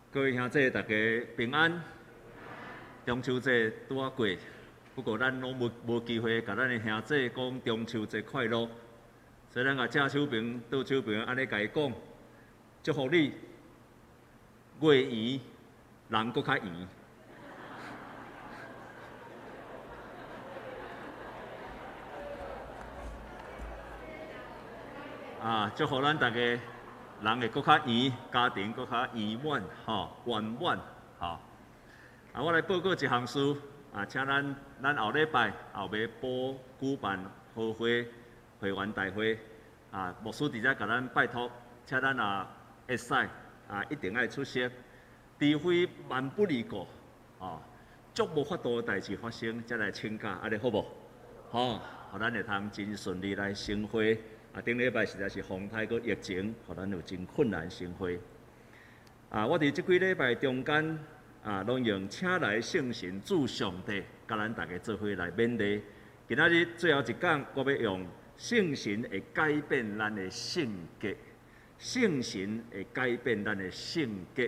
各位兄弟，大家平安。中秋节拄啊过，不过咱拢无机会，甲咱的兄弟讲中秋节快乐。所以咱甲正手边、倒手边安尼甲伊讲，祝福你月圆人搁较圆。祝福咱大家人会搁较圆，家庭搁较圆满，圆满，我来报告一项事，请咱后礼拜后尾举办好会员大会，牧师伫遮甲咱拜托，请咱会使一定爱出席，除非万不离过，足无法度的代志发生，才来请假，安尼好无？互咱会通真顺利来成会。顶礼拜实在是风台个疫情，互咱有真困难成会。我伫即几礼拜中间，拢用请来圣神主上帝，甲咱大家做伙来勉励。今仔日最后一讲，我要用圣神会改变咱的性格，圣神会改变咱的性格。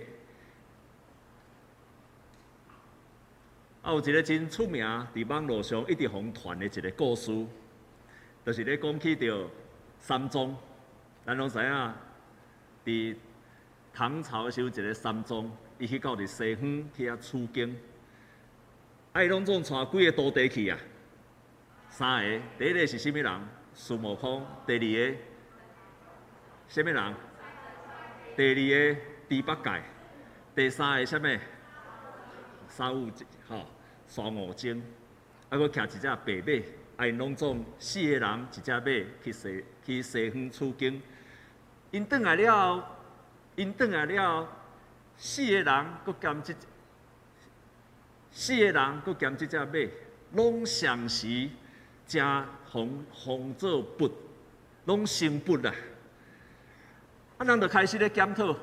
有一个真出名，伫网络上一直疯传的一个故事，就是咧讲起着。三宗，咱拢知影，伫唐朝的时候，一个三宗，伊去到伫西方去遐取经，伊拢总带几个徒弟去啊？三个，第一个是甚物人？孙悟空。第二个，甚物人？第二个猪八戒。第三个甚物？孙悟净。佫骑一只白马。因拢总四个人一只马去西方取经，因转来了后，四个人佫兼即只马，拢相时真逢做佛，拢成佛啦。人就开始咧检讨，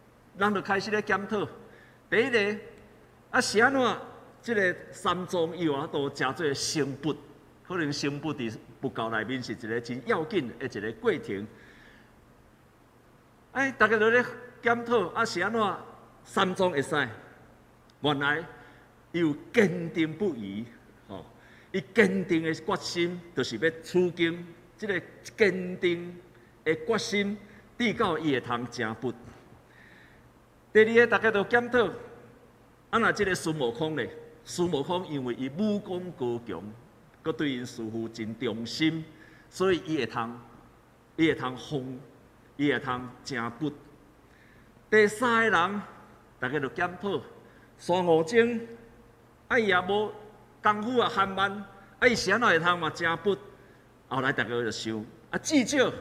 第一个是安怎？即个三宗伊有法度食做成佛？可能成佛伫佛教内面是一个真要紧的一个过程。大家都咧检讨，是安怎三宗会使？原来伊有坚定不移，伊坚定的决心，就是要取经。这个坚定的决心，至到伊会通成佛。第二个，大家都检讨，若这个孙悟空咧，孙悟空因为伊武功高强。佮对因师父真忠心，所以伊会通成佛。第三个人，大家就检讨，孙悟净，伊也无功夫汉慢，伊是安怎会通嘛成佛？后来大家就想，至少，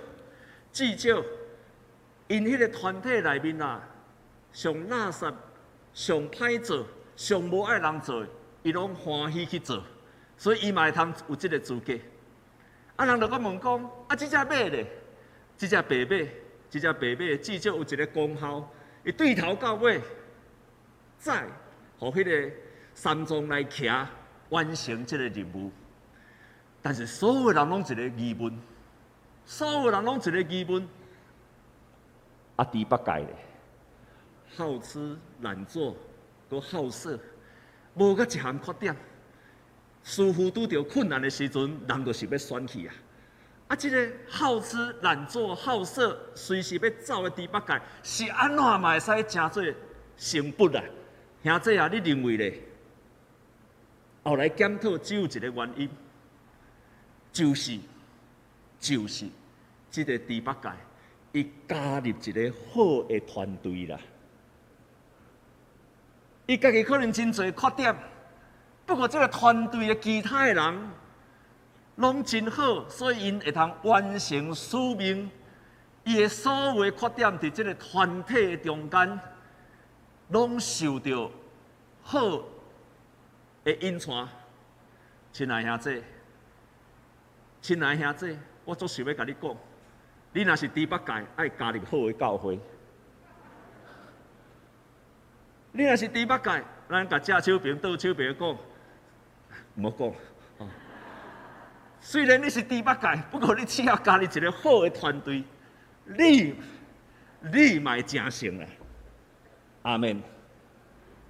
因迄个团体内面上垃圾、上歹做、上无爱人做，伊拢欢喜去做。所以伊嘛会通有即个资格。人就讲问讲，即只马咧，即只白马，至少有一个功效，伊对头到尾，再互迄个三宗来骑，完成即个任务。但是所有人拢一个疑问，猪八戒咧，好吃懒做，佮好色，无甲一项缺点。师父拄着困难的时阵，人就是要选去啊！这个好吃懒做、好色，随时要走的猪八戒，是安怎嘛会使成做成佛啊？兄弟你认为咧？后来检讨只有一个原因，就是这个猪八戒，伊加入一个好的团队啦。伊家己可能真侪缺点。不过，这个团队的其他的人拢真好，所以因会通完成使命。伊的所有缺点，伫这个团体的中间，拢受到好的引传。亲爱兄弟，我足想要甲你讲，你若是猪八戒，爱加入好的教会。你若是猪八戒，咱甲正手边、倒手边讲。唔好讲，虽然你是猪八戒，不过你只要加入一个好的团队，你嘛会成成啦。阿门。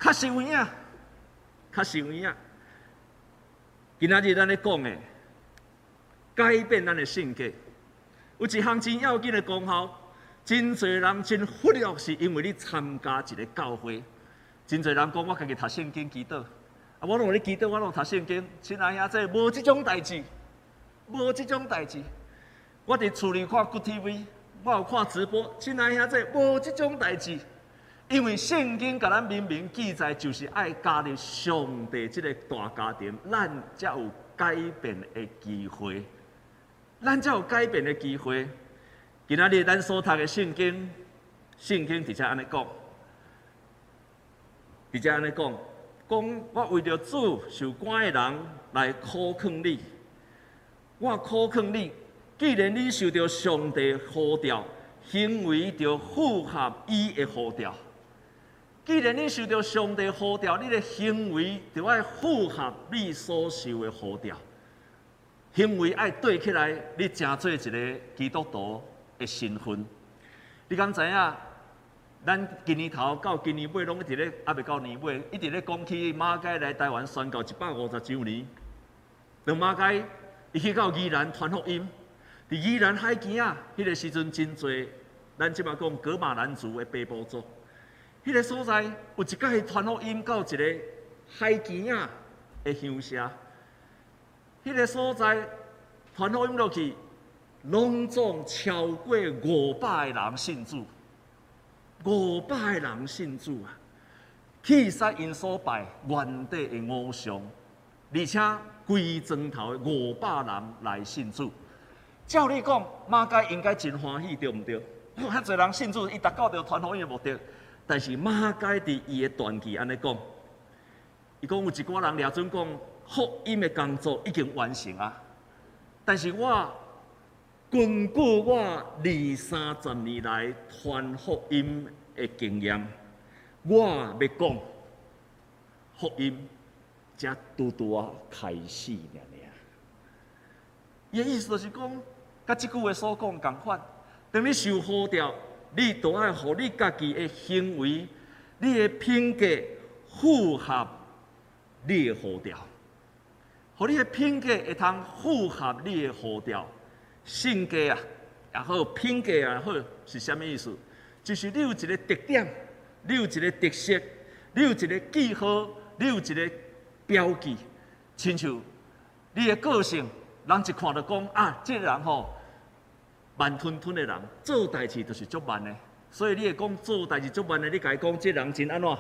较实有影，较实有影。今仔日咱咧讲的，改变咱的性格，有一项真要紧的功效。真侪人真忽略，是因为你参加一个教会。真侪人讲我家己读圣经祈祷，我拢咧祈祷，我拢读圣经。亲爱兄弟，无即种代志，无即种代志。我伫厝里看 Good TV， 我有看直播。亲爱兄弟，无即种代志。因为圣经甲咱明明记载，就是爱加入上帝即个大家庭，咱才有改变的机会，咱才有改变的机会。今仔日咱所读的圣经，圣经直接安尼讲，直接安尼讲，讲我为着主受关的人来苦劝你，我苦劝你，既然你受到上帝呼召，行为就符合伊的呼召。既然你受到上帝呼召，你的行为就要符合你所受的呼召，行为要对起来，你成做一个基督徒的身份。你敢知影？咱今年头到今年尾，拢一直咧，还未到年尾，一直咧讲起马偕来台湾宣告150周年。当马偕伊去到宜兰传福音，伫宜兰海边啊，迄个时阵真侪，咱即马讲噶玛兰族的北部族。迄个所在有一届传福音到一个海边啊的乡社，迄个所在传福音落去，拢总超过500个人信主，500个人信主啊！去杀因所拜原地的偶像，而且规庄头的500人来信主。照你讲，马偕应该真欢喜，对毋对？遐侪人信主，伊达到着传福音的目的。但是马偕伫伊的传记安尼讲，伊讲有一寡人掠准讲福音的工作已经完成啊，但是我根据我20-30年来传福音的经验，我要讲福音才拄拄啊开始尔。伊的意思就是讲，甲即句话所讲共款，当你受呼召。你都要互你家己的行为、你的品格符合你的呼召，互你的品格会通符合你的呼召。性格啊也好，品格也好，是啥物意思？就是你有一个特点，你有一个特色，你有一个记号，你有一个标记，亲像你的个性，人一看就讲啊，这个人吼。慢吞吞的人，做代志就是足慢的，所以你会讲做代志足慢的，你甲伊讲这人真安怎？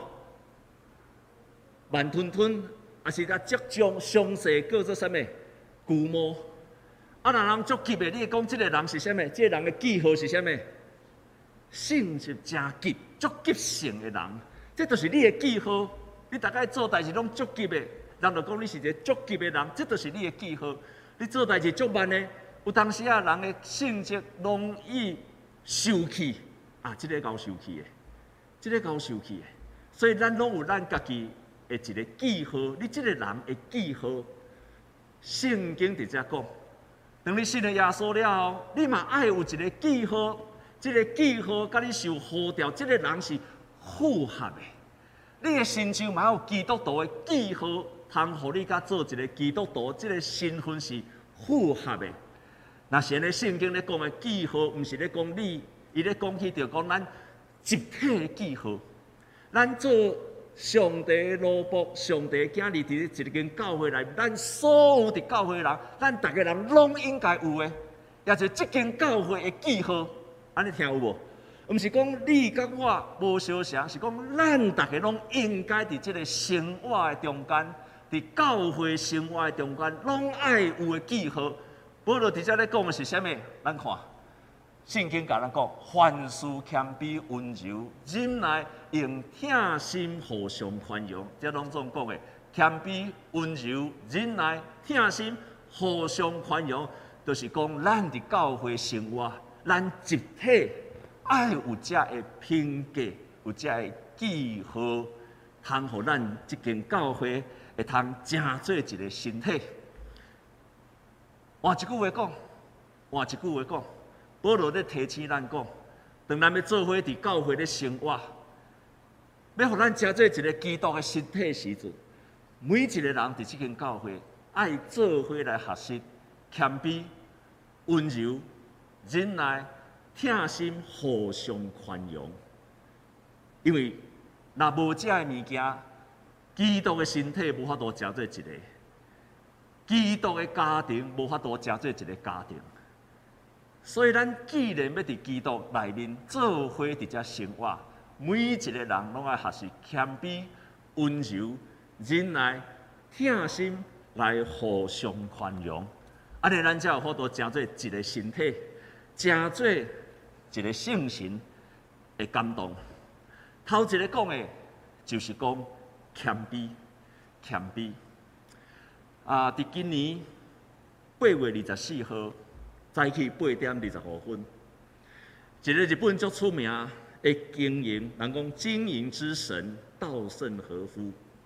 慢吞吞，还是甲接种详细叫做啥物？巨魔。啊，若人足急的，你会讲这个人是啥物？这个人的记号是啥物？性是真急，足急性的人，这就是你的记号。你大概做代志拢足急的，人就讲你是一个足急的人，这就是你的记号。你做代志足慢的。有当时啊，人的性质容易受气啊，这个够受气的，这个够受气的。所以咱拢有咱家己的一个记号，你这个人的记号，圣经直接讲，当你信了耶稣了后，你嘛爱有一个记号，这个记号甲你受呼召，这个人是符合的。你的身上嘛有基督徒的记号，通互你甲做一个基督徒，这个身份是符合的。那现在圣经咧讲的记号，毋是咧讲你，伊咧讲起着讲咱集体的记号。咱做上帝的奴仆、上帝的囝儿，伫一间教会内，咱所有伫教会人，咱逐个人拢应该有的，也就是即间教会的记号。安尼听有无？毋是讲你甲我无相像，是讲咱逐个拢应该伫即个生活的中间，伫教会生活的中间，拢爱有的记号。保罗伫遮咧讲的是啥物？咱看，圣经甲咱讲，凡事谦卑、温柔、忍耐，用疼心互相宽容。这拢总讲的，谦卑、温柔、忍耐、疼心、互相宽容，就是讲咱伫教会生活，咱集体爱有遮的品格，有遮的记号，通互咱即间教会会通成做一个身体。换一句话讲，保罗咧提醒咱讲，当咱要做伙伫教会咧生活， 要互咱食做一个基督的身体时阵，每一个人伫即间教会爱做伙来学习谦卑、温柔、忍耐、疼心、互相宽容。因为若无这个物件，基督的身体无法度食做一个，基督的家庭无法度食做一个家庭。所以，咱既然要伫基督内面做伙伫遮生活，每一个人拢爱学习谦卑、温柔、忍耐、疼心来互相宽容。安尼，咱才有法度成做一个身体，成做一个圣神的感动。头一个讲的，就是讲谦卑，谦卑。伫今年8月24号。早起8点25分，一个日本足出名的经营，人讲经营之神稻盛和夫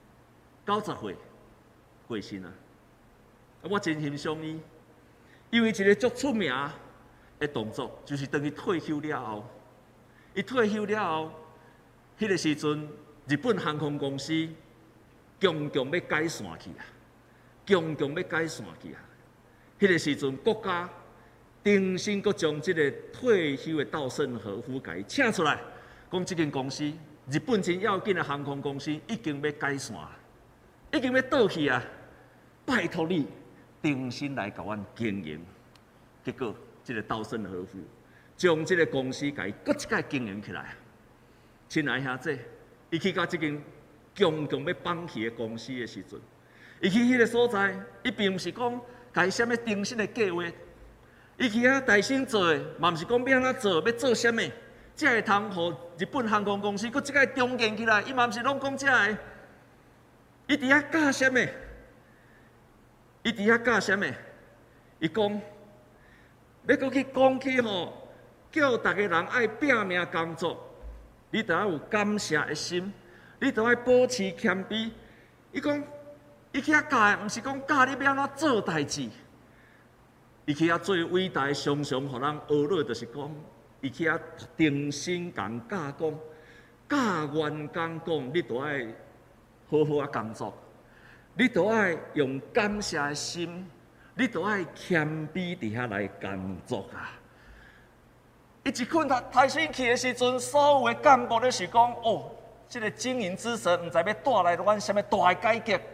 ，90岁过身啊！我真欣赏伊，因为一个足出名的动作，就是当伊退休了后，伊退休了后，迄个时阵，日本航空公司强强要改线去啊，强强要改线去啊！迄个时阵，国家重新阁将即个退休的稻盛和夫给请出来，讲即间公司，日本真要紧的航空公司已经要改线，已经要倒去啊！拜托你重新来甲阮经营。结果，即个稻盛和夫将即个公司给搁一届经营起来。亲爱兄弟，伊去到即间强强要放弃的公司的时阵，伊去迄个所在，伊并毋是讲改什么重新的计划。伊去遐大心做的，嘛毋是讲要安怎做，要做啥物，才会通互日本航空公司搁即个重建起来。伊嘛毋是拢讲遮个，伊伫遐教啥物？伊伫遐教啥物？伊讲要搁去讲起吼，叫逐个人爱拼命工作，你着要有感谢的心，你着要保持谦卑。伊讲，伊去遐教的，毋是讲教你要安怎做代志。伊去遐最伟大，常常互人学落，就是讲，伊去遐定心共教讲，教员工讲，你都爱好好啊工作，你都爱用感谢的心，你都爱谦卑伫遐来工作啊！伊一困抬升去的时阵，所有的干部就是讲，哦，这个经营之神，毋知要带来阮什么大的改革。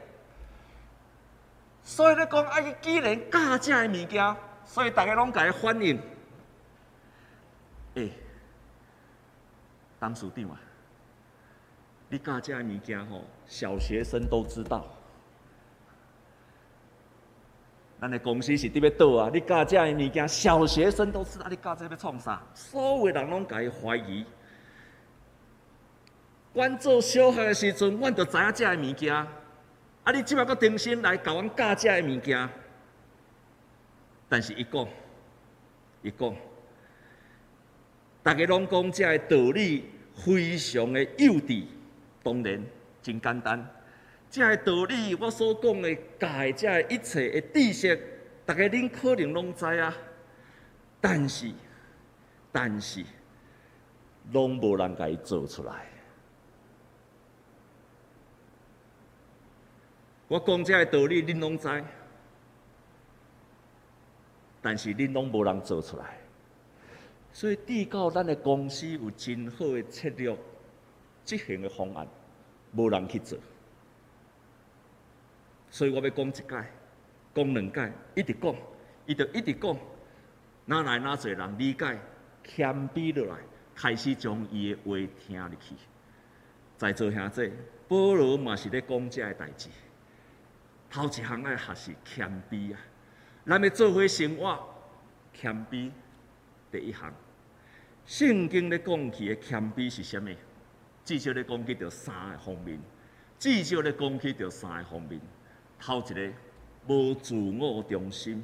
所以咧讲，伊既然教这个物件，所以大家拢甲伊反映。董事长啊，你教这个物件吼，小学生都知道。咱的公司是伫要倒啊，你教这个物件，小学生都知道，你教这要创啥？所有的人拢甲伊怀疑。阮做小学的时阵，阮就知影这个物件。啊！你即摆搁重新来甲阮教这个物件，但是伊讲，大家拢讲这个道理非常的幼稚，当然真简单。这个道理我所讲的教的这个一切的知识，大家恁可能拢知啊，但是，拢无人甲伊做出来。我讲这个道理，恁拢知，但是恁拢无人做出来。所以，至到咱的公司有真好的策略、执行的方案，无人去做。所以我要讲一届，讲两届，一直讲，伊就一直讲，哪来哪侪人理解、谦卑落来，开始将伊的话听入去。在座兄弟，保罗嘛是咧讲这个代志。头一项爱学习谦卑啊！咱要做伙生活，谦卑第一项。圣经咧讲起的谦卑是啥物？至少咧讲起着三个方面。头一个，无自我中心，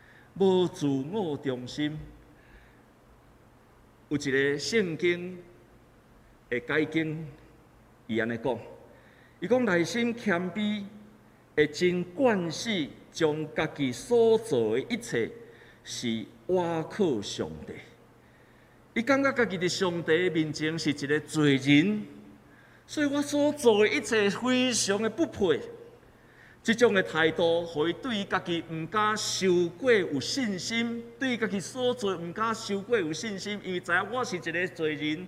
有一个圣经的解经，伊安尼讲，伊讲内心谦卑。会真惯势，将家己所做的一切是倚靠上帝。伊感觉家己伫上帝面前是一个罪人， 所以我所做的一切非常的不配。这种的态度，互伊对家己毋敢受过有信心，对家己所做毋敢受过有信心，因为知影我是一个罪人，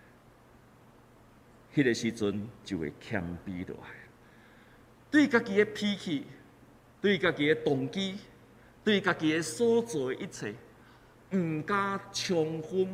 迄个时阵就会谦卑落来。对家己的脾气，对家己的动机，对家己的所做的一切，毋敢充分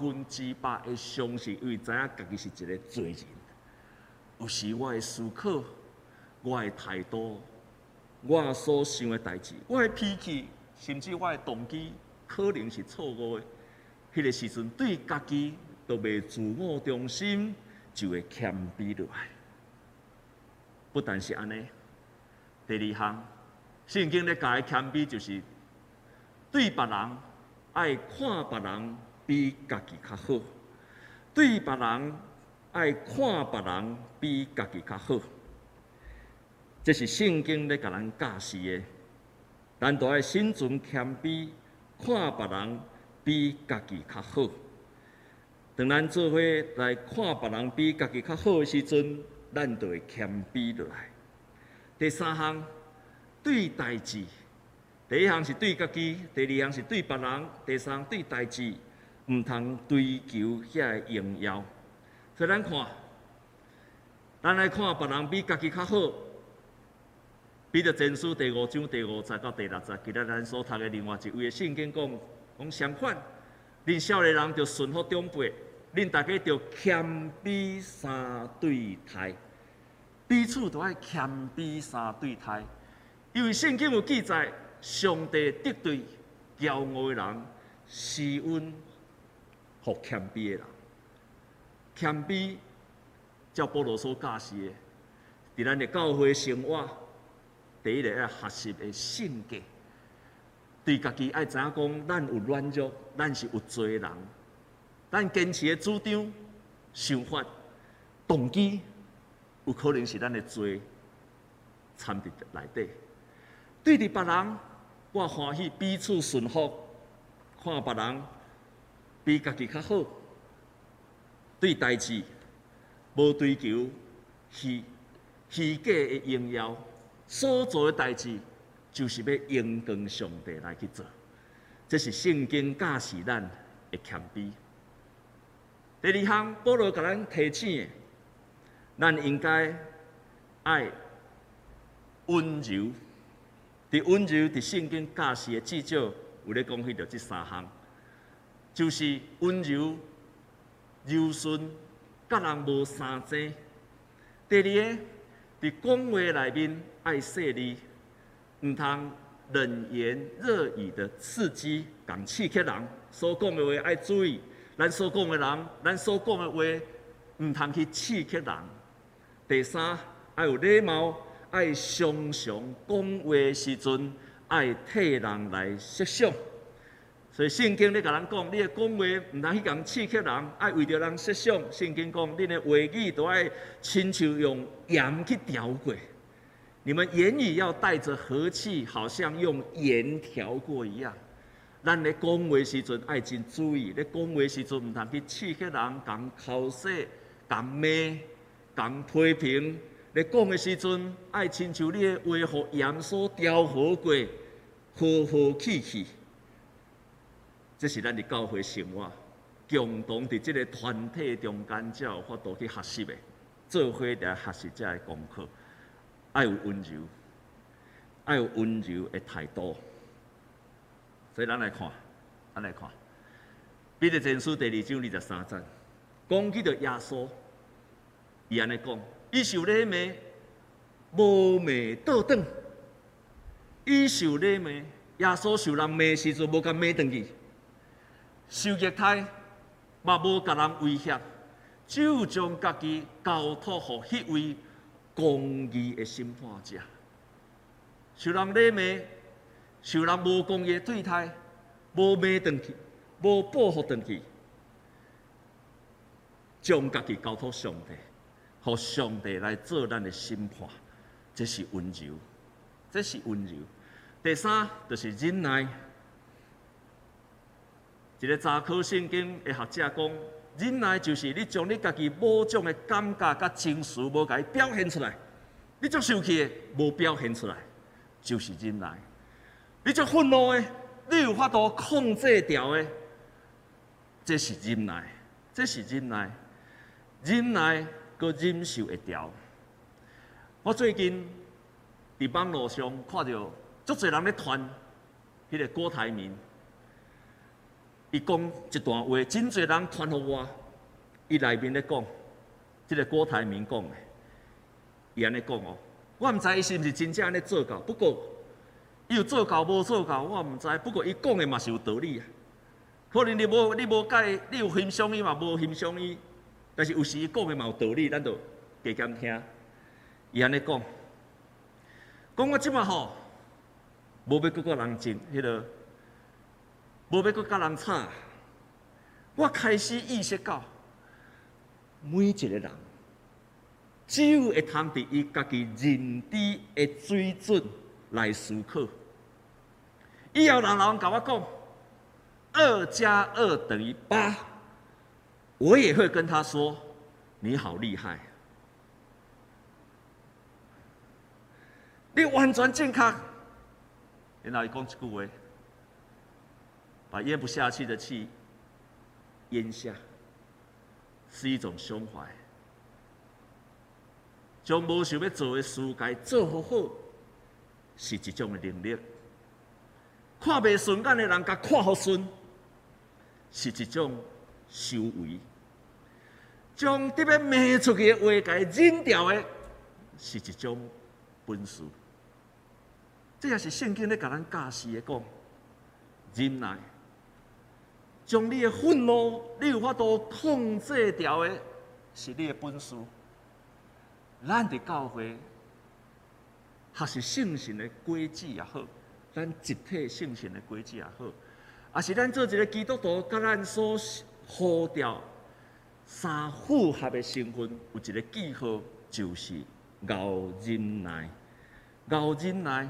100%的相信，因为知影家己是一个罪人。有时我的思考。我的态度，我所想的代志，我的脾气，甚至我的动机，可能是错误的。迄个时阵，对家己都未自我中心，就会谦卑落来。不但是安尼，第二项，圣经咧教的谦卑，就是对别人爱看别人比家己较好，对别人爱看别人比家己较好。这是圣经咧，甲咱教示的。咱都爱心存谦卑，看别人比家己较好。当咱做伙来看别人比家己较好的时阵，咱就会谦卑落来。第三项，对代志，第一项是对家己，第二项是对别人，第三对代志，毋通追求遐个荣耀。所以咱看，咱来看别人比家己较好。彼得前书第5章第50到第60，今日咱所读的另外一位的圣经讲相反，恁少年人着顺服长辈，恁大家着谦卑相对待，彼此都爱谦卑相对待，因为圣经有记载，上帝敌对骄傲的人，施恩互谦卑的人。谦卑，照保罗所教示的，伫咱的教会生活。第一个要学习的性格，对家己爱知影讲，咱有软弱，咱是有罪人，咱坚持的主张、想法、动机，有可能是咱的罪掺伫内底。对伫别人，我欢喜彼此顺服，看别人比家己较好。对代志，无追求虚假的荣耀。所做的代志，就是要荣光上帝来去做。这是圣经教示咱的谦卑。第二项，保罗甲咱提醒的，咱应该爱温柔。伫温柔，伫圣经教示的至少有咧讲迄着这三项，就是温柔、柔顺，甲人无相争。第二个，伫讲话内面。爱细腻，毋通冷言热语的刺激、讲刺激人。所讲的话爱注意，咱所讲的人，咱所讲的话，毋通去刺激人。第三，爱有礼貌，爱常常讲话的时阵，爱替人来设想。所以圣经咧甲咱讲，你的讲话毋通去讲刺激人，爱为着人设想。圣经讲，你的话语都爱亲像用盐去调过。你们言语要带着和气，好像用盐调过一样。咱咧讲话时阵爱真注意，咧讲话时阵毋通去刺激人，讲口舌，讲骂，讲批评。咧讲的时阵爱亲像你的话，互盐所调和过，和和气气。这是咱伫教会生活，共同伫这个团体中间，才有法度去学习的，做伙来学习这个功课。爱有温柔，爱有温柔的态度。所以咱来看，彼得前书第2章23节，讲起到耶稣，伊安尼讲，伊受礼骂，无骂倒转；伊受礼骂，耶稣受人骂时阵无甲骂转去，受虐待，嘛无甲人威胁，只有将家己交托互迄位。公义的审判者，受人礼骂，受人无公义的对待，无骂转去，无报复转去，将家己交托上帝，互上帝来做咱的审判，这是温柔，这是温柔。第三就是忍耐。一个查考圣经的学者讲， 忍耐就是你将你家己某种的感觉甲情绪无甲伊表现出来，你足生气的无表现出来，就是忍耐；你足愤怒的，你有法度控制掉的，这是忍耐，这是忍耐。忍耐佮忍受会调。我最近伫网络上看到足侪人咧传迄个郭台铭，伊讲一段话，真侪人传互我，伊内面咧讲，即个郭台铭讲的，伊安尼讲哦，我毋知伊是毋是真正安尼做到，不过伊有做到无做到，我毋知，不过伊讲的嘛是有道理啊。可能你无解，你有欣赏伊嘛，无欣赏伊。但是有时伊讲的嘛有道理，咱就加减听。伊安尼讲，讲我即马吼，无要搁甲人争，迄个无要搁甲人吵。我开始意识到，每一个人只有会通伫伊家己认知的水准来思考。以后人甲我讲2+2=8。我也会跟他说：“你好厉害，你完全正确。”然后伊讲一句话，把咽不下去的气咽下，是一种胸怀。将无想要做的事该做好好，是一种的能力。看袂顺眼的人，甲看好顺，是一种修为。将特别骂出去的话，甲伊忍掉的，是一种本事。这也是圣经咧，甲咱教示的讲，忍耐。将你的愤怒，你有法度控制掉的，是你的本事。咱伫教会，学习圣神的轨迹也好，咱集体圣神的轨迹也好，也是咱做一个基督徒，甲咱所呼召。三复合的身份有一个记号，就是熬忍耐。熬忍耐，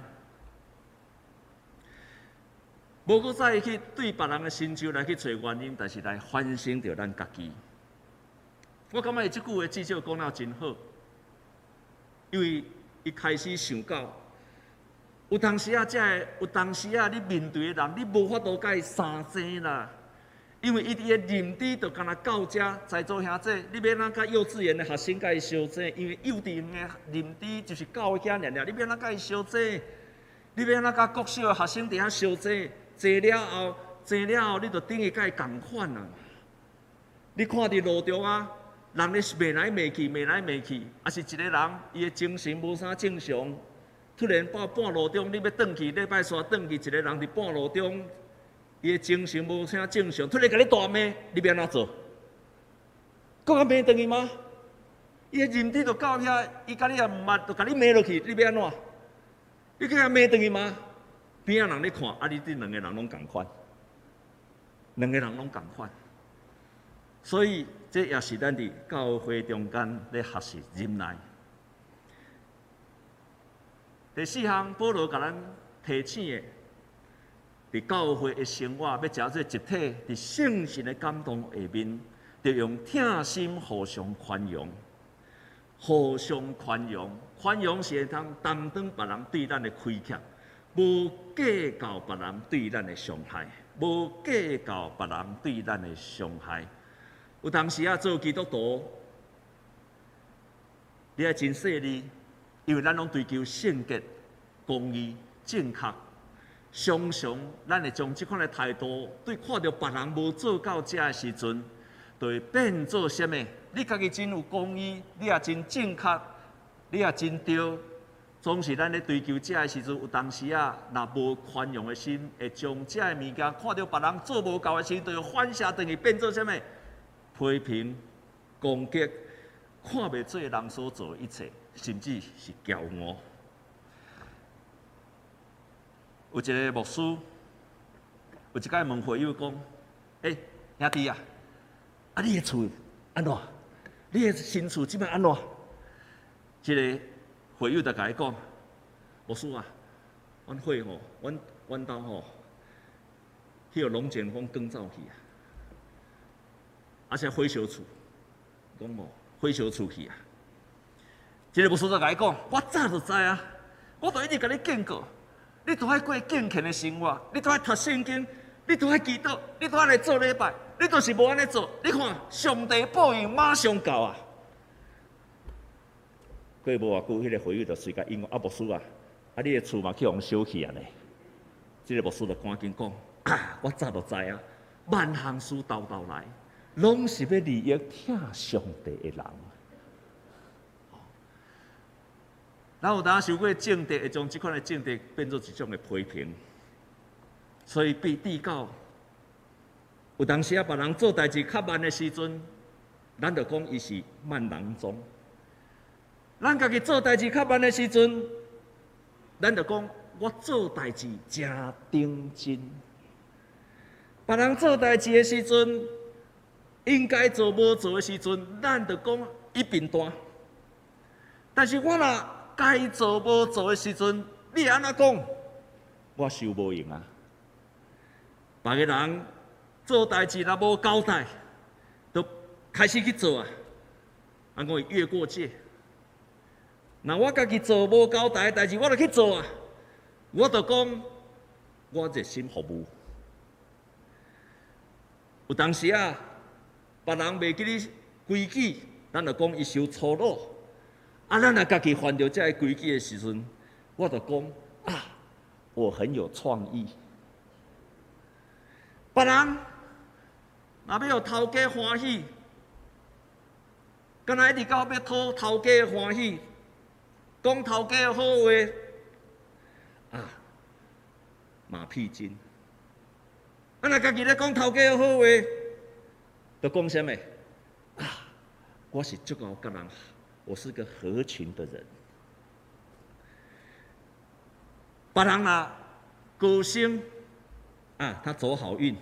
无搁再去对别人的成就来去找原因，但是来反省着咱家己。我感觉伊即句话至少讲了真好，因为伊开始想到，有当时啊，有当时啊，你面对的人，你无法度甲伊相争啦。因为伊伫个认知就干那到遮，在座兄弟，你要哪甲幼稚园的学生甲伊相争？因为幼稚园的认知就是教遐尔尔，你要哪甲伊相争？你要哪甲国小的学生伫遐相争？坐了后，你就等于甲伊共款啊！你看伫路中啊，人咧骂来骂去，啊是一个人，伊的精神无啥正常，突然半路中你要转去，礼拜三转去，一个人伫半路中。伊的精神无啥正常，突然甲你大骂，你要安怎做？搁甲骂转去吗？伊的认知就到遐，伊甲你也毋捌，就甲你骂落去，你要安怎？你甲骂转去吗？边仔人咧看，啊，你这两个人拢共款，所以这也是咱伫教会中间咧学习忍耐。第四项，保罗甲咱提醒的。伫教会的生活，要食做集体，伫圣神的感动下面，就用疼心互相宽容，宽容是会通担当别人对咱的亏欠，无计较别人对咱的伤害，有当时啊，做基督徒，你爱真细腻，因为咱拢追求圣洁、公义、正确。常常，咱会将即款的态度，对看到别人无做到遮的时阵，就会变做啥物？你家己真有公义，你也真正确，你也真对。总是咱咧追求遮的时阵，有当时啊，若无宽容的心，会将遮的物件看到别人做无到的时，就要反射等于变做啥物？批评、攻击，看袂做人所做的一切，甚至是骄傲。有一个牧师，有一届问会友讲：“兄弟啊，你的厝安怎？你的新厝即摆安怎？”这个会友就甲伊讲：“牧师啊，阮伙吼，阮兜吼，迄个龙卷风卷走去啊！ 而且火烧厝，讲无火烧厝去啊！这个牧师就甲伊讲，我早就知啊，我都一直甲你警告，你都爱过敬虔的生活，你都爱读圣经，你都爱祈祷，你都爱来做礼拜，你都是无安尼做。你看，上帝报应马上到啊！过无偌久，迄个会友就随甲应啊，牧师啊，啊你的厝嘛去互烧去啊呢？这个牧师就赶紧讲，啊，我早就知啊，万行事斗斗来，拢是要利益疼上帝的人。咱有当受过政敌，会将即款的政敌变做一种的批评，所以被递到有当时啊，别人做代志较慢的时阵，咱就讲伊是慢郎中；咱家己做代志较慢的时阵，咱就讲我做代志真认真。别人做代志的时阵，应该做无做的时阵，咱就讲伊扁担。但是我若该做无做的时阵，你安怎讲？我受无用啊！别个人做代志若无交代，都开始去做啊！啊，我越过界。那我家己做无交代的代志，我就去做啊！我就讲，我热心服务。有当时啊，别人袂记你规矩，咱就讲伊受粗鲁。啊，咱若家己犯着这个规矩的时阵，我就讲啊，我很有创意。别人若要互头家欢喜，敢若一直到要讨头家欢喜，讲头家的好话，啊，马屁精。啊，若家己咧讲头家的好话，就讲啥物？啊，我是足够甲人。我是个合群的人。别人啊，高兴啊，他走好运。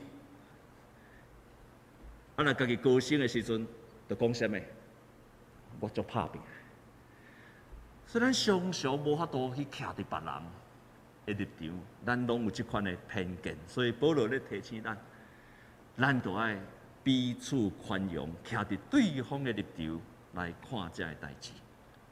啊，若家己高兴的时阵，就讲啥物？我足拍拼。所以咱常常无法度去徛伫别人的立场，咱拢有即款的偏见。所以保罗咧提醒咱就爱彼此宽容，徛伫对方的立场。来看这个代志，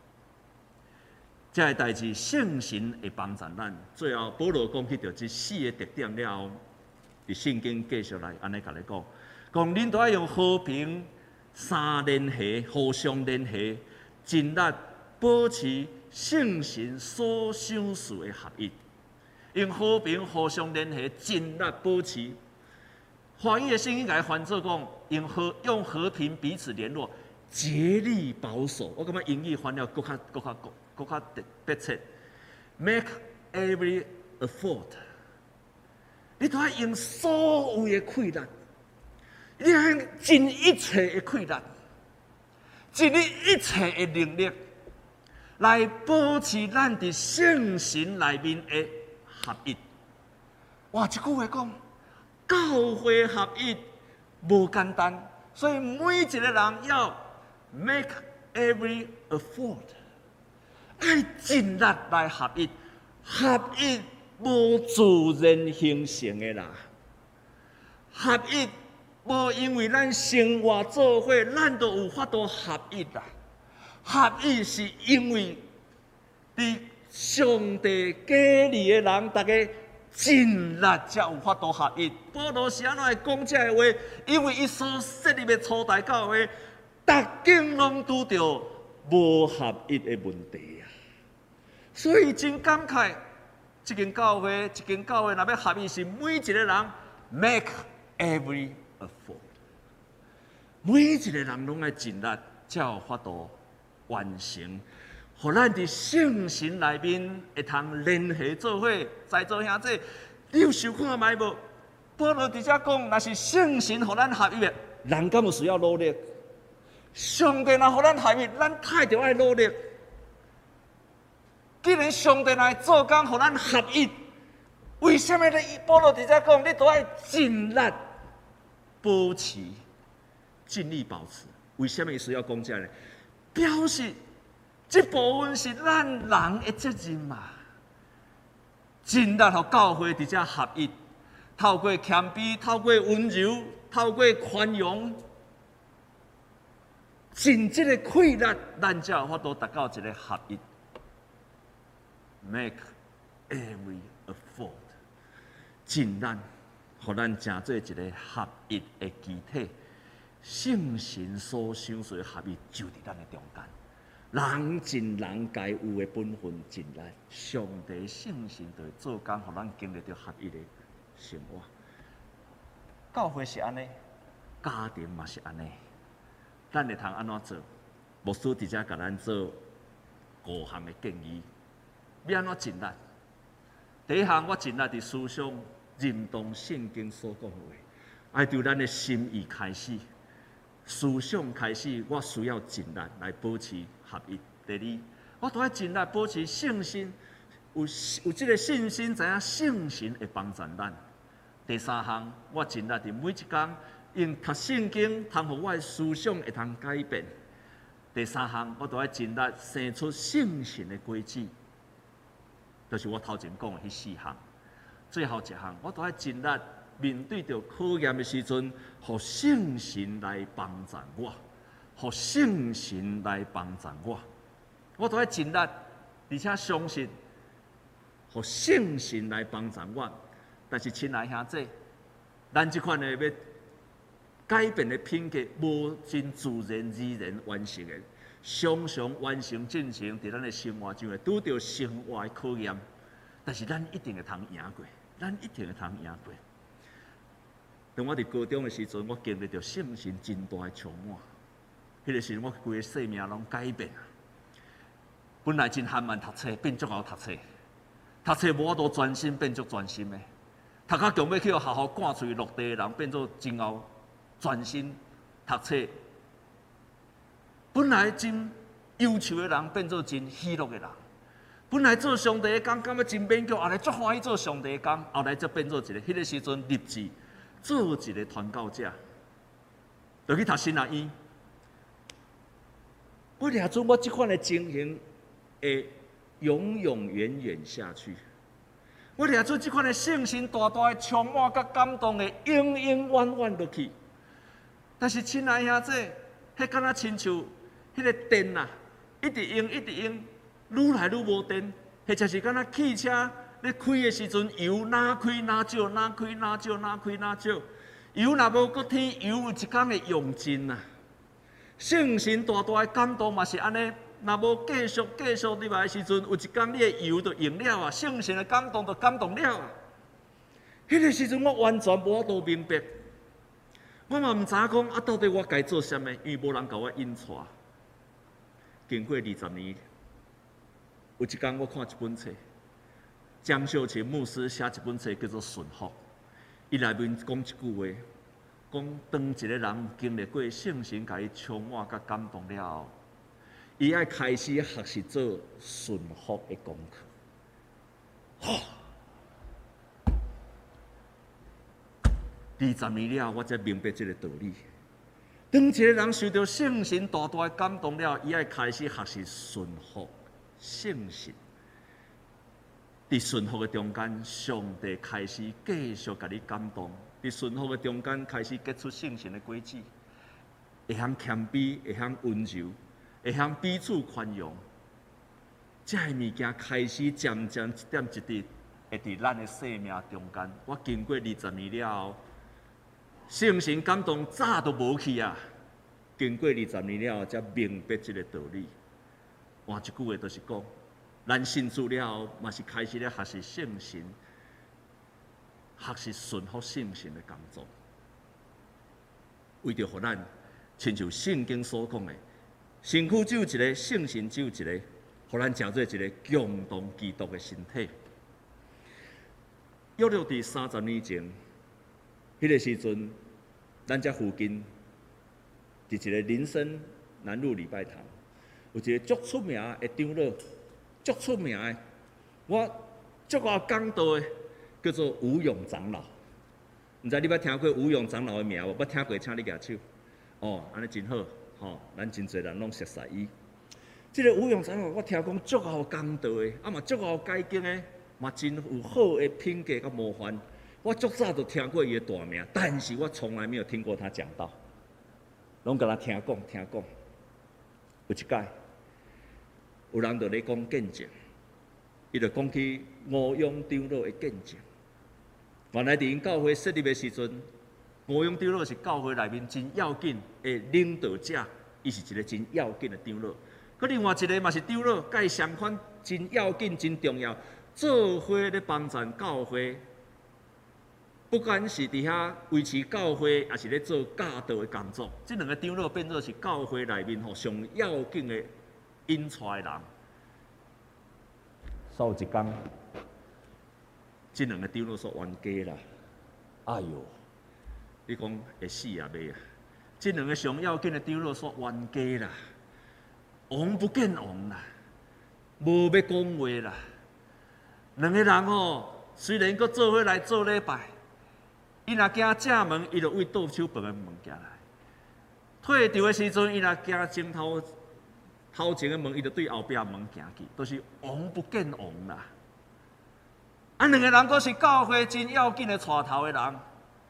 这个代志圣神会帮助咱。最后保罗讲起到这4个特点了后，伫圣经继续来安尼甲你讲，讲恁都要用和平、三联合、互相联合、尽力保持圣神所赏赐的合一，用和平互相联合，尽力保持。华语的圣经甲伊翻做讲，用和平彼此联络。竭力保守，我感觉英语翻了更较迫切。Make every effort， 你都要用所有的困难，你要尽一切的困难，尽你一切的能力，来保持咱伫圣神内面的合一。哇，这句话讲，教会合一无简单，所以每一个人要。Make every effort， 爱尽力来合一，合一无自然形成的啦。合一无因为咱生活做伙，咱都有法度合一啦。合一是因为伫上帝给你的人，大家尽力才有法度合一。保罗是安怎会讲这个话？因为伊所设立的初代教会。逐间拢拄着无合一的问题啊，所以真感慨，一间教会若要合一，是每一个人 make every effort， 每一个人拢爱尽力，才有法度完成，互咱伫圣神内面会通联合做伙。在座兄弟，你有想看卖无？保罗伫遮讲，若是圣神互咱合一的，人敢有需要努力？上帝若互咱合一，咱太着爱努力。既然上帝来做工，互咱合一，为什么咧？保罗伫遮讲，你都爱尽力保持，尽力保持。为什么需要讲这呢？表示这部分是咱人的责任嘛。尽力互教会伫遮合一，透过谦卑，透过温柔，透过宽容。 尽这个气力，咱才有法度达到一个合一。Make every effort， 尽咱，互咱成做一个合一的机体。圣神所想做合一，就伫咱的中间。人尽人该有的本分尽力，上帝圣神就会做工，互咱经历着合一的生活。教会是安尼，家庭嘛是安尼。咱会通安怎做？牧师伫遮甲咱做5项的建议，要安怎尽力？第一项，我尽力伫思想认同圣经所讲的话，爱由咱的心意开始。思想开始，我需要尽力来保持合一。第二，我都要尽力保持信心，有这个信心，知影圣神会帮助咱。第三项，我尽力伫每一天用读圣经，通互我的思想会通改变。第三项，我都要尽力生出圣神的果子，就是我头前讲的迄4项。最后一项，我都要尽力。面对着考验的时阵，互圣神来帮助我，互圣神来帮助我。我都要尽力，而且相信，互圣神来帮助我。但是，亲爱兄弟，咱这款的要改变的品格，无真自然而然完成的，常常完成进程，伫咱的生活中会拄着生活的考验。但是，咱一定会通赢过，咱一定会通赢过。当我伫高中的时阵，我经历着圣神真大的充满。迄个时阵，我规个生命拢改变。本来真缓慢读册，变足好读册。读册无法度专心，变足专心的。读到强要去学校赶出去落地的人，变做真后专心读册。本来真忧愁的人，变做真喜乐的人。本来做上帝的工，感觉真勉强，后来足欢喜做上帝的工，后来则变做一个。迄个时阵立志。做一个传教者，就去读神学院。我抓住我这款的情形，会永永远远下去。我抓住这款的信心大大的充满甲感动的，永永远远落去。但是，亲爱兄弟，迄敢若亲像迄个电啊，一直用，一直用，愈来愈无电。或者是敢若汽车。咧开的时阵，油哪开哪少，哪开哪少，哪开哪少。油若无搁添油，有一天会用尽啊！圣神大大的感动嘛是安尼，若无继续入来的时阵，有一天你的油就用了啊！圣神的感动就感动了啊！迄个时阵我完全无法度明白，我嘛毋知影讲啊，到底我该做啥物？因为无人甲我引带。经过20年，有一天我看一本册。江秀琴牧师写一本册叫做《顺服》，伊内面讲一句话，讲当一个人经历过圣神甲伊充满甲感动了后，伊爱开始学习做顺服的功课。20年了，我才明白这个道理。当一个人受到圣神大大的感动了，伊爱开始学习顺服圣神。伫顺服的中间，上帝开始继续甲你感动；伫顺服的中间，开始结出圣神的果子，会晓谦卑，会晓温柔，会晓彼此宽容。这个物件开始渐渐一点一滴，会伫咱的生命中间。我经过20年了后，圣神感动早都无去啊！经过20年了后，才明白这个道理。换一句话，就是讲。咱信主了后，嘛是开始咧学习圣神，学习顺服圣神的工作。为着互咱，亲像圣经所讲的，身躯只有一个，圣神只有一个，互咱成做一个共同基督的身体。约略伫30年前，迄个时阵，咱遮附近，伫一个林森南路礼拜堂，有一个足出名的长老。足出名的，我足够讲道的，叫做吴勇长老。毋知你捌听过吴勇长老的名无？捌听过，请你举手。哦，安尼真好，吼，咱真侪人拢熟悉伊。这个吴勇长老，我听讲足够讲道的，啊嘛足够解经的，嘛真有好的品格甲模范。我足早就听过伊的大名，但是我从来没有听过他讲道，拢甲他听讲。 有一届，有人就咧讲见证，伊就讲起吴勇长老的见证。原来伫因教会设立的时阵，吴勇长老是教会内面真要紧的领导者，伊是一个真要紧的长老。佮另外一个嘛是长老，甲伊相反真要紧、真重要，做伙咧帮助教会。不管是伫遐维持教会，还是咧做教导的工作，这两个长老变做是教会内面上要紧的引出的人。所以有一天，这两个长老说冤家啦，哎哟，你讲会死也袂啊！这两个上要紧的长老说冤家啦，王不见王啦，无要讲话啦。两个人虽然搁做伙来做礼拜。伊若惊正门，伊就为倒手饭的物件来；退场的时阵，伊若惊前头前的门，伊就对后壁门行去，都、就是王不见王啦。啊，两个人阁是教会真要紧的带头的人。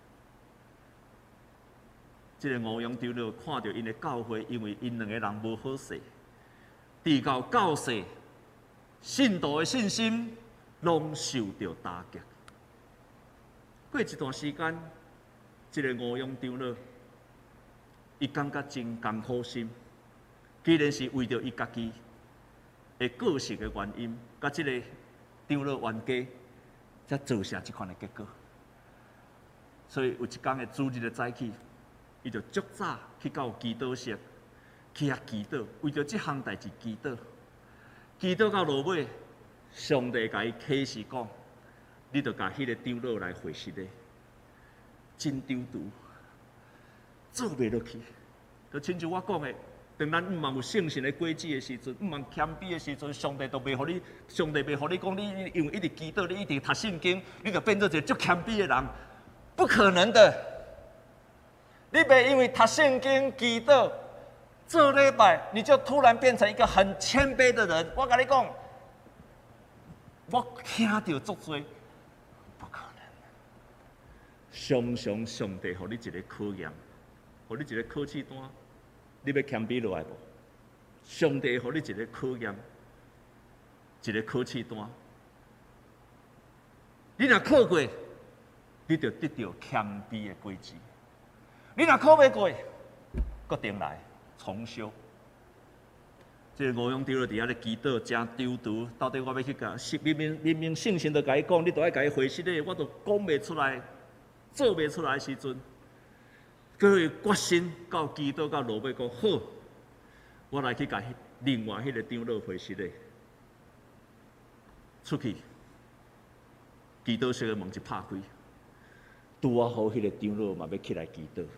这个吴勇长老看到因的教会，因为因两个人无好势，直到教世，信徒的信心拢受到打击。过一段时间，这个吴勇长老，伊感觉真艰苦心。既然是为着伊家己的个性的原因，甲这个长老冤家，才造成这款的结果。所以有一天的主日的早起，伊就足早去到祈祷室，去遐祈祷，为着这项代志祈祷。祈祷到落尾，上帝甲伊启示讲。你着甲迄个长老来回实咧，真丢毒，做袂落去。就亲像我讲的，当咱毋茫有圣神的轨迹的时阵，毋茫谦卑的时阵，上帝都袂互你，上帝袂互你讲，你因为一直祈祷，你一直读圣经，你就变做一个足谦卑的人，不可能的。你袂因为读圣经、祈祷、做礼拜，你就突然变成一个很谦卑的人。我甲你讲，我听到足多。常常上帝互你一个考验，互你一个考试单，你要谦卑落来无？上帝互你一个考验，一个考试单，你若考过，你就得到谦卑的轨迹；你若考袂过，搁重来重修。这个吴勇长老伫遐咧祈祷，真丢毒，到底我要去甲明明圣神就甲伊讲，你都爱甲伊回息咧，我都讲袂出来。做袂出来的时阵，佢决心到祈祷到落尾讲好，我来去甲另外迄个长老回实咧，出去，祈祷室的门一拍开，拄啊好，迄个长老嘛要起来祈祷，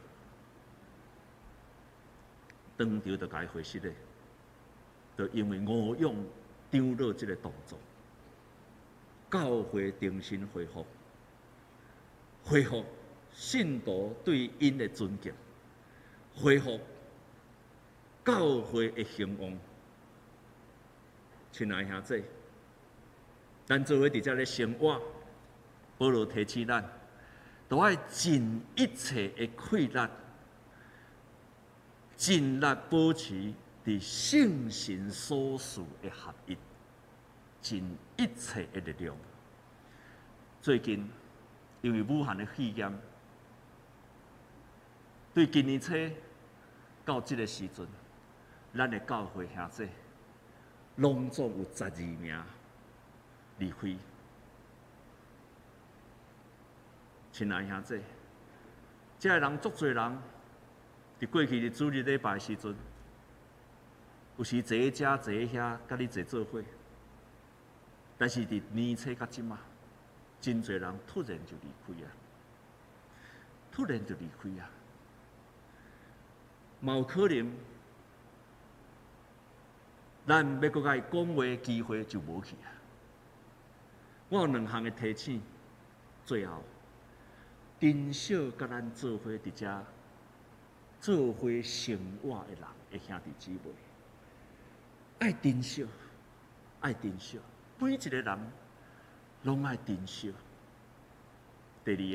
当场就甲伊回实咧，就因为吴勇长老这个动作，教会重新恢复。恢复信徒对因的尊敬，恢复教会的兴旺。亲爱兄弟，咱做伙伫遮咧生活，保罗提醒咱，都爱尽一切的气力，尽力保持伫圣神所赐的合一，尽一切的力量。最近。因为武汉的肺炎，对今年初到这个时阵，咱的教会兄弟，拢总有12名离开。亲爱兄弟，这个人足侪人，伫过去的主日礼拜时阵，有时坐喺遮，坐喺遐，甲你坐做伙，但是伫年初到即马。真侪人突然就离开啊！突然就离开啊！嘛有可能，咱要搁甲伊讲话的机会就无去啊！我有2项的提醒，最后，珍惜甲咱做伙伫遮做伙生活的人的兄弟姊妹，爱珍惜，爱珍惜，每一个人。拢爱珍惜。第二个，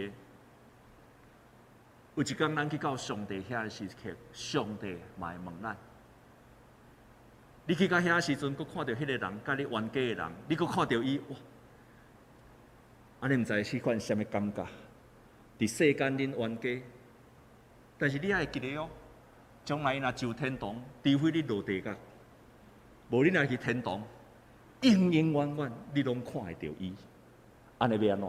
有一天咱去到上帝遐的时刻，上帝嘛会问咱： 你去到遐时阵，佫看到迄个人，甲你冤家的人，你佫看到伊，哇！安尼毋知是款什么感觉？伫世间恁冤家，但是你也会记得哦，将来若上天堂，除非你落地狱，无你若去天堂，永永远远你拢看会到伊。安尼要安怎？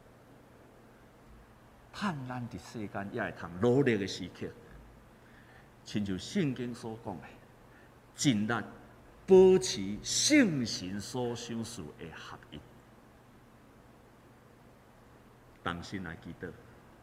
趁咱伫世间也会通努力的时刻，亲像圣经所讲的，尽力保持圣神所赏赐的合一。同心来祈祷，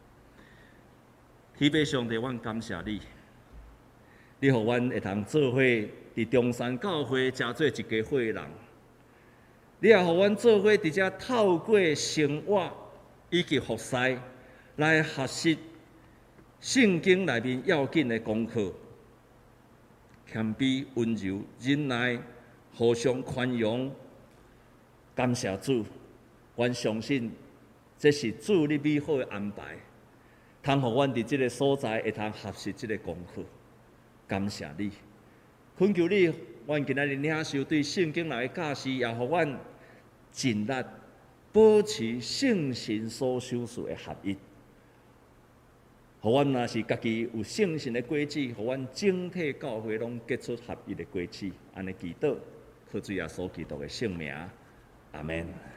天父上帝，阮感谢你，你互阮会通做伙伫中山教会诚做一家伙人，你也互阮做伙伫遮透过生活以及服侍来学习圣经内面要紧的功课，谦卑、温柔、忍耐，互相宽容。感谢主，阮相信这是主你美好的安排，通互阮伫即个所在会通学习即个功课。感谢你，恳求你，阮今仔日领受对圣经内的教示，也互阮尽力保持圣神所赏赐的合一。互阮若是家己有圣神的果子，互阮整体教会拢结出合一的果子。安尼祈祷，靠主耶稣基督的圣名，阿门。